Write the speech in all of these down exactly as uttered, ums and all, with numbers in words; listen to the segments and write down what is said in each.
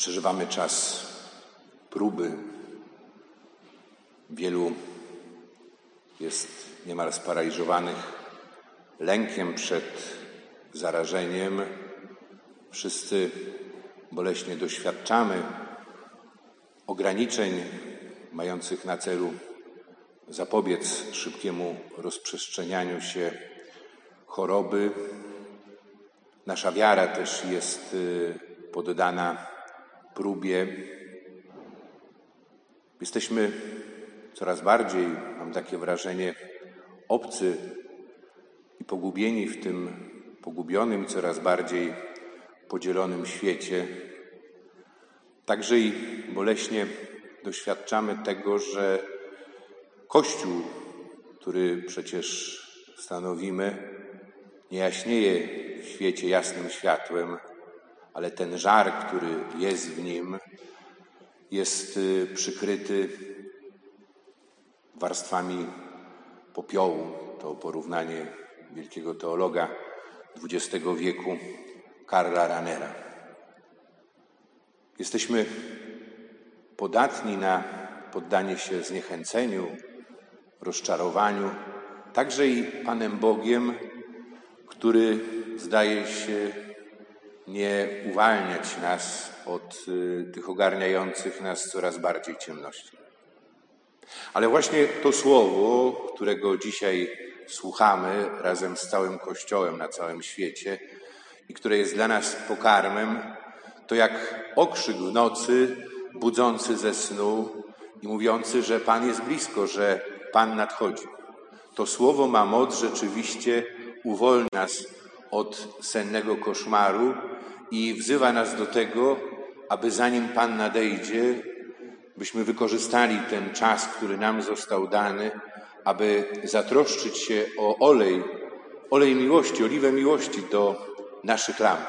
Przeżywamy czas próby. Wielu jest niemal sparaliżowanych lękiem przed zarażeniem. Wszyscy boleśnie doświadczamy ograniczeń mających na celu zapobiec szybkiemu rozprzestrzenianiu się choroby. Nasza wiara też jest poddana próbie. Jesteśmy coraz bardziej, mam takie wrażenie, obcy i pogubieni w tym pogubionym i coraz bardziej podzielonym świecie. Także i boleśnie doświadczamy tego, że Kościół, który przecież stanowimy, nie jaśnieje w świecie jasnym światłem, ale ten żar, który jest w nim, jest przykryty warstwami popiołu. To porównanie wielkiego teologa dwudziestego wieku Karla Rahnera. Jesteśmy podatni na poddanie się zniechęceniu, rozczarowaniu, także i Panem Bogiem, który zdaje się nie uwalniać nas od tych ogarniających nas coraz bardziej ciemności. Ale właśnie to słowo, którego dzisiaj słuchamy razem z całym Kościołem na całym świecie i które jest dla nas pokarmem, to jak okrzyk w nocy budzący ze snu i mówiący, że Pan jest blisko, że Pan nadchodzi. To słowo ma moc rzeczywiście uwolnić nas od sennego koszmaru i wzywa nas do tego, aby zanim Pan nadejdzie, byśmy wykorzystali ten czas, który nam został dany, aby zatroszczyć się o olej, olej miłości, oliwę miłości do naszych lamp.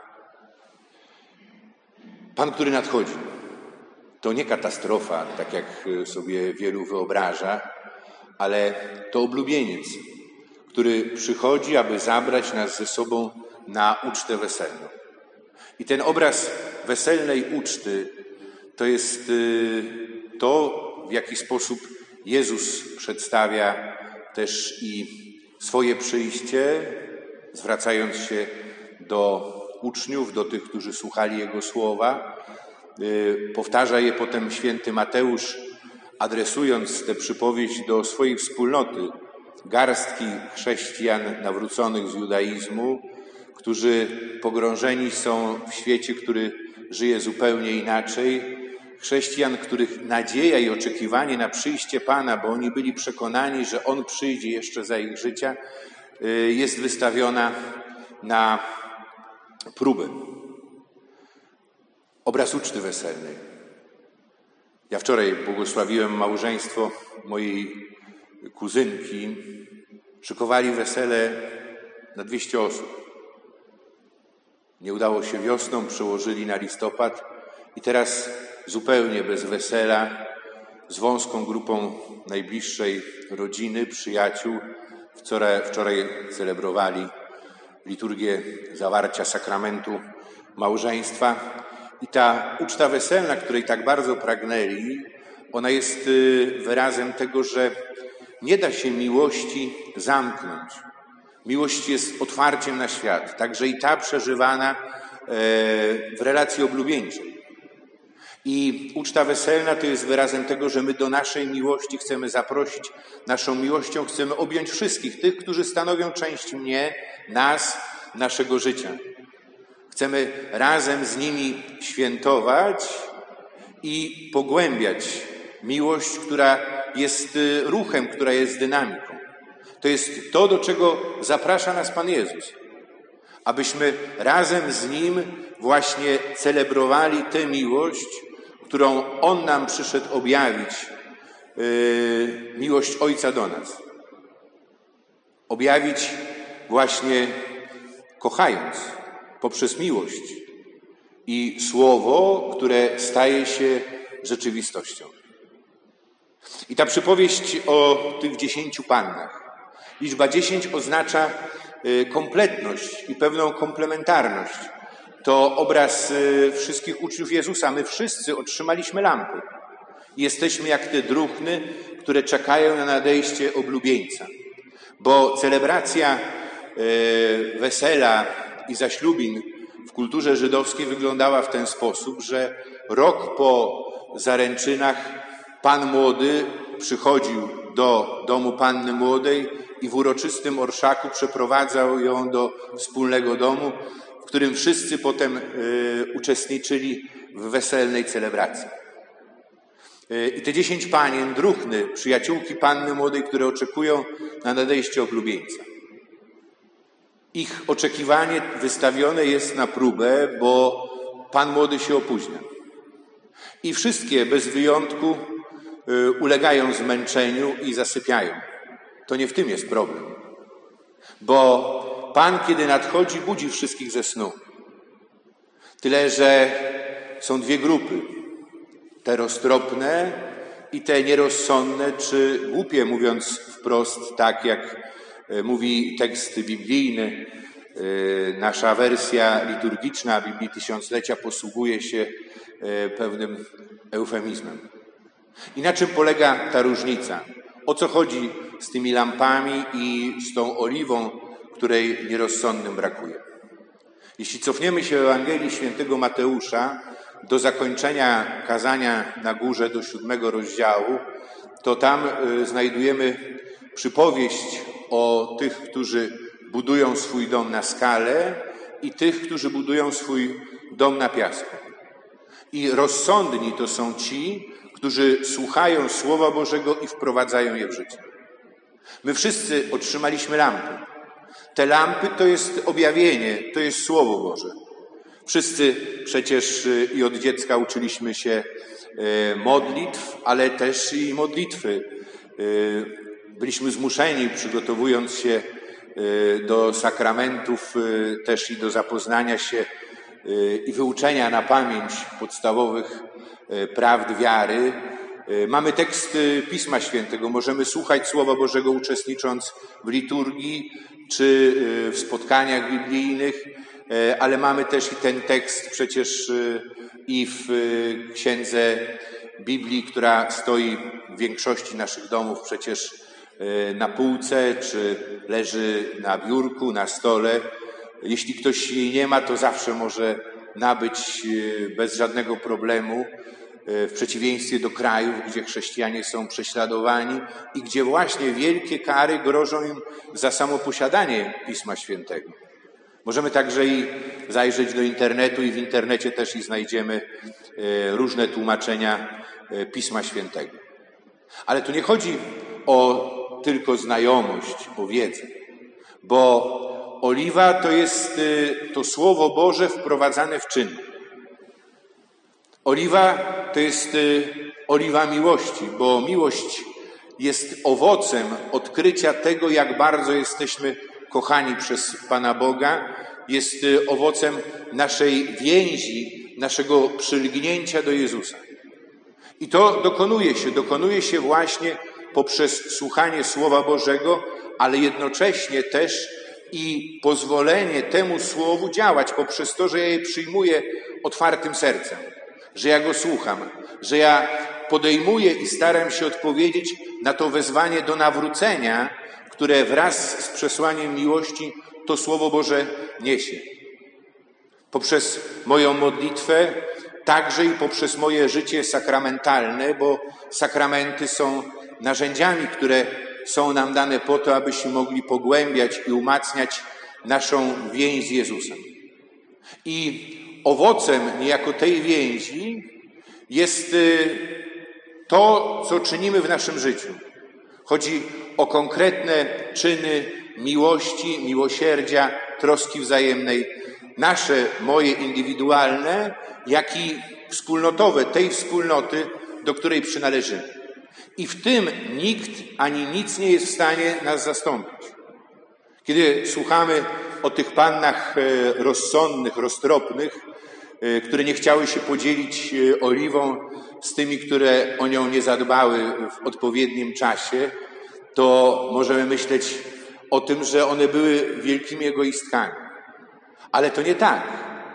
Pan, który nadchodzi, to nie katastrofa, tak jak sobie wielu wyobraża, ale to oblubieniec, który przychodzi, aby zabrać nas ze sobą na ucztę weselną. I ten obraz weselnej uczty to jest to, w jaki sposób Jezus przedstawia też i swoje przyjście, zwracając się do uczniów, do tych, którzy słuchali Jego słowa. Powtarza je potem święty Mateusz, adresując tę przypowieść do swojej wspólnoty, garstki chrześcijan nawróconych z judaizmu, którzy pogrążeni są w świecie, który żyje zupełnie inaczej. Chrześcijan, których nadzieja i oczekiwanie na przyjście Pana, bo oni byli przekonani, że On przyjdzie jeszcze za ich życia, jest wystawiona na próbę. Obraz uczty weselnej. Ja wczoraj błogosławiłem małżeństwo mojej kuzynki. Szykowali wesele na dwieście osób. Nie udało się wiosną, przełożyli na listopad i teraz zupełnie bez wesela, z wąską grupą najbliższej rodziny, przyjaciół. Wczoraj, wczoraj celebrowali liturgię zawarcia sakramentu małżeństwa. I ta uczta weselna, której tak bardzo pragnęli, ona jest wyrazem tego, że nie da się miłości zamknąć. Miłość jest otwarciem na świat, także i ta przeżywana w relacji oblubieńczej. I uczta weselna to jest wyrazem tego, że my do naszej miłości chcemy zaprosić, naszą miłością chcemy objąć wszystkich, tych, którzy stanowią część mnie, nas, naszego życia. Chcemy razem z nimi świętować i pogłębiać miłość, która jest ruchem, która jest dynamiką. To jest to, do czego zaprasza nas Pan Jezus. Abyśmy razem z Nim właśnie celebrowali tę miłość, którą On nam przyszedł objawić. Yy, miłość Ojca do nas. Objawić właśnie kochając poprzez miłość i słowo, które staje się rzeczywistością. I ta przypowieść o tych dziesięciu pannach. Liczba dziesięć oznacza kompletność i pewną komplementarność. To obraz wszystkich uczniów Jezusa. My wszyscy otrzymaliśmy lampy. Jesteśmy jak te druhny, które czekają na nadejście oblubieńca. Bo celebracja wesela i zaślubin w kulturze żydowskiej wyglądała w ten sposób, że rok po zaręczynach pan młody przychodził do domu panny młodej i w uroczystym orszaku przeprowadzał ją do wspólnego domu, w którym wszyscy potem y, uczestniczyli w weselnej celebracji. Y, I te dziesięć panien, druhny, przyjaciółki panny młodej, które oczekują na nadejście oblubieńca. Ich oczekiwanie wystawione jest na próbę, bo pan młody się opóźnia. I wszystkie bez wyjątku y, ulegają zmęczeniu i zasypiają. To nie w tym jest problem. Bo Pan, kiedy nadchodzi, budzi wszystkich ze snu. Tyle, że są dwie grupy. Te roztropne i te nierozsądne, czy głupie, mówiąc wprost, tak jak mówi tekst biblijny. Nasza wersja liturgiczna Biblii Tysiąclecia posługuje się pewnym eufemizmem. I na czym polega ta różnica? O co chodzi z tymi lampami i z tą oliwą, której nierozsądnym brakuje? Jeśli cofniemy się w Ewangelii Świętego Mateusza do zakończenia kazania na górze, do siódmego rozdziału, to tam znajdujemy przypowieść o tych, którzy budują swój dom na skale i tych, którzy budują swój dom na piasku. I rozsądni to są ci, którzy słuchają Słowa Bożego i wprowadzają je w życie. My wszyscy otrzymaliśmy lampy. Te lampy to jest objawienie, to jest Słowo Boże. Wszyscy przecież i od dziecka uczyliśmy się modlitw, ale też i modlitwy. Byliśmy zmuszeni, przygotowując się do sakramentów, też i do zapoznania się i wyuczenia na pamięć podstawowych prawd wiary. Mamy tekst Pisma Świętego, możemy słuchać Słowa Bożego uczestnicząc w liturgii czy w spotkaniach biblijnych, ale mamy też i ten tekst przecież i w księdze Biblii, która stoi w większości naszych domów przecież na półce, czy leży na biurku, na stole. Jeśli ktoś jej nie ma, to zawsze może nabyć bez żadnego problemu, w przeciwieństwie do krajów, gdzie chrześcijanie są prześladowani i gdzie właśnie wielkie kary grożą im za samo posiadanie Pisma Świętego. Możemy także i zajrzeć do internetu i w internecie też i znajdziemy różne tłumaczenia Pisma Świętego. Ale tu nie chodzi o tylko znajomość, o wiedzę, bo oliwa to jest to Słowo Boże wprowadzane w czyn. Oliwa to jest oliwa miłości, bo miłość jest owocem odkrycia tego, jak bardzo jesteśmy kochani przez Pana Boga, jest owocem naszej więzi, naszego przylgnięcia do Jezusa. I to dokonuje się, dokonuje się właśnie poprzez słuchanie Słowa Bożego, ale jednocześnie też i pozwolenie temu Słowu działać poprzez to, że ja je przyjmuję otwartym sercem, że ja go słucham, że ja podejmuję i staram się odpowiedzieć na to wezwanie do nawrócenia, które wraz z przesłaniem miłości to Słowo Boże niesie. Poprzez moją modlitwę, także i poprzez moje życie sakramentalne, bo sakramenty są narzędziami, które są nam dane po to, abyśmy mogli pogłębiać i umacniać naszą więź z Jezusem. I owocem niejako tej więzi jest to, co czynimy w naszym życiu. Chodzi o konkretne czyny miłości, miłosierdzia, troski wzajemnej. Nasze, moje indywidualne, jak i wspólnotowe, tej wspólnoty, do której przynależymy. I w tym nikt ani nic nie jest w stanie nas zastąpić. Kiedy słuchamy o tych pannach rozsądnych, roztropnych, które nie chciały się podzielić oliwą z tymi, które o nią nie zadbały w odpowiednim czasie, to możemy myśleć o tym, że one były wielkimi egoistkami. Ale to nie tak,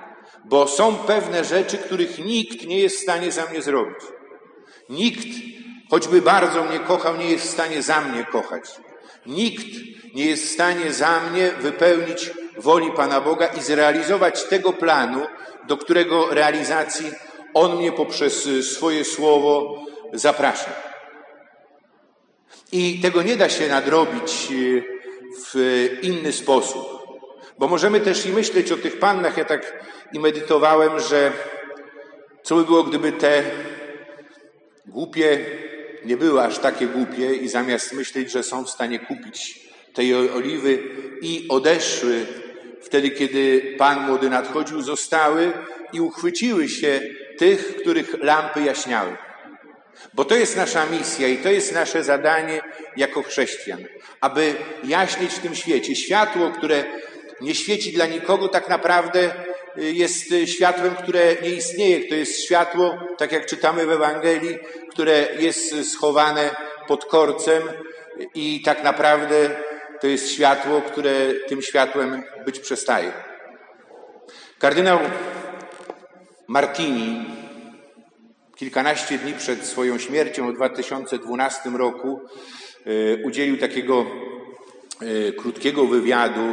bo są pewne rzeczy, których nikt nie jest w stanie za mnie zrobić. Nikt, choćby bardzo mnie kochał, nie jest w stanie za mnie kochać. Nikt nie jest w stanie za mnie wypełnić woli Pana Boga i zrealizować tego planu, do którego realizacji On mnie poprzez swoje słowo zaprasza. I tego nie da się nadrobić w inny sposób. Bo możemy też i myśleć o tych pannach. Ja tak i medytowałem, że co by było, gdyby te głupie nie były aż takie głupie i zamiast myśleć, że są w stanie kupić tej oliwy i odeszły wtedy, kiedy Pan młody nadchodził, zostały i uchwyciły się tych, których lampy jaśniały. Bo to jest nasza misja i to jest nasze zadanie jako chrześcijan, aby jaśnieć w tym świecie. Światło, które nie świeci dla nikogo, tak naprawdę jest światłem, które nie istnieje. To jest światło, tak jak czytamy w Ewangelii, które jest schowane pod korcem i tak naprawdę to jest światło, które tym światłem być przestaje. Kardynał Martini kilkanaście dni przed swoją śmiercią w dwa tysiące dwunastym roku udzielił takiego krótkiego wywiadu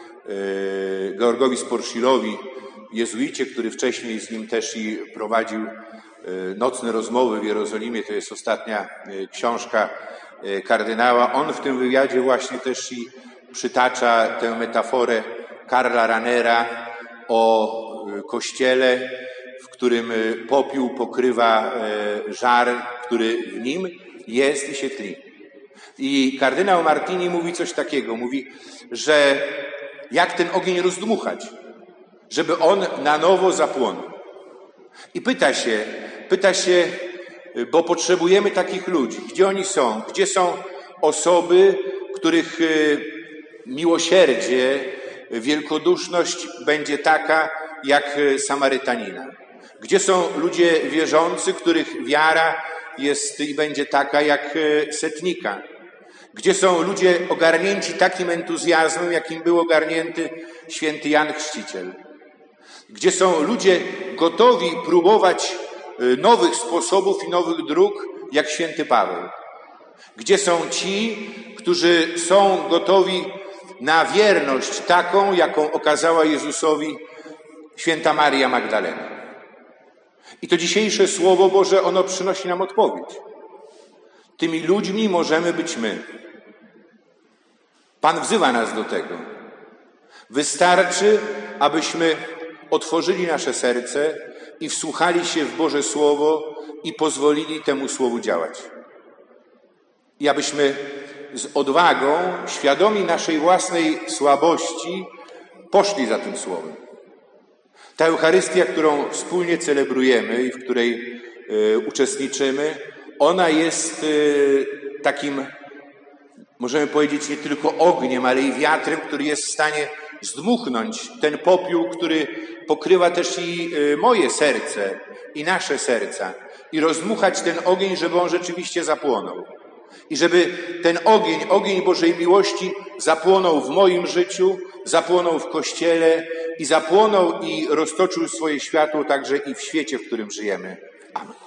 Georgowi Sporszilowi, jezuicie, który wcześniej z nim też i prowadził nocne rozmowy w Jerozolimie. To jest ostatnia książka kardynała. On w tym wywiadzie właśnie też i przytacza tę metaforę Karla Ranera o kościele, w którym popiół pokrywa żar, który w nim jest i się tli. I kardynał Martini mówi coś takiego. Mówi, że jak ten ogień rozdmuchać, żeby on na nowo zapłonął. I pyta się, pyta się, bo potrzebujemy takich ludzi. Gdzie oni są? Gdzie są osoby, których miłosierdzie, wielkoduszność będzie taka jak Samarytanina? Gdzie są ludzie wierzący, których wiara jest i będzie taka jak setnika? Gdzie są ludzie ogarnięci takim entuzjazmem, jakim był ogarnięty święty Jan Chrzciciel? Gdzie są ludzie gotowi próbować nowych sposobów i nowych dróg, jak święty Paweł? Gdzie są ci, którzy są gotowi na wierność taką, jaką okazała Jezusowi święta Maria Magdalena? I to dzisiejsze Słowo Boże, ono przynosi nam odpowiedź. Tymi ludźmi możemy być my. Pan wzywa nas do tego. Wystarczy, abyśmy otworzyli nasze serce i wsłuchali się w Boże Słowo i pozwolili temu Słowu działać. I abyśmy z odwagą, świadomi naszej własnej słabości, poszli za tym Słowem. Ta Eucharystia, którą wspólnie celebrujemy i w której y, uczestniczymy, ona jest y, takim, możemy powiedzieć, nie tylko ogniem, ale i wiatrem, który jest w stanie zdmuchnąć ten popiół, który pokrywa też i y, moje serce i nasze serca i rozdmuchać ten ogień, żeby on rzeczywiście zapłonął. I żeby ten ogień, ogień Bożej miłości zapłonął w moim życiu, zapłonął w Kościele i zapłonął i roztoczył swoje światło także i w świecie, w którym żyjemy. Amen.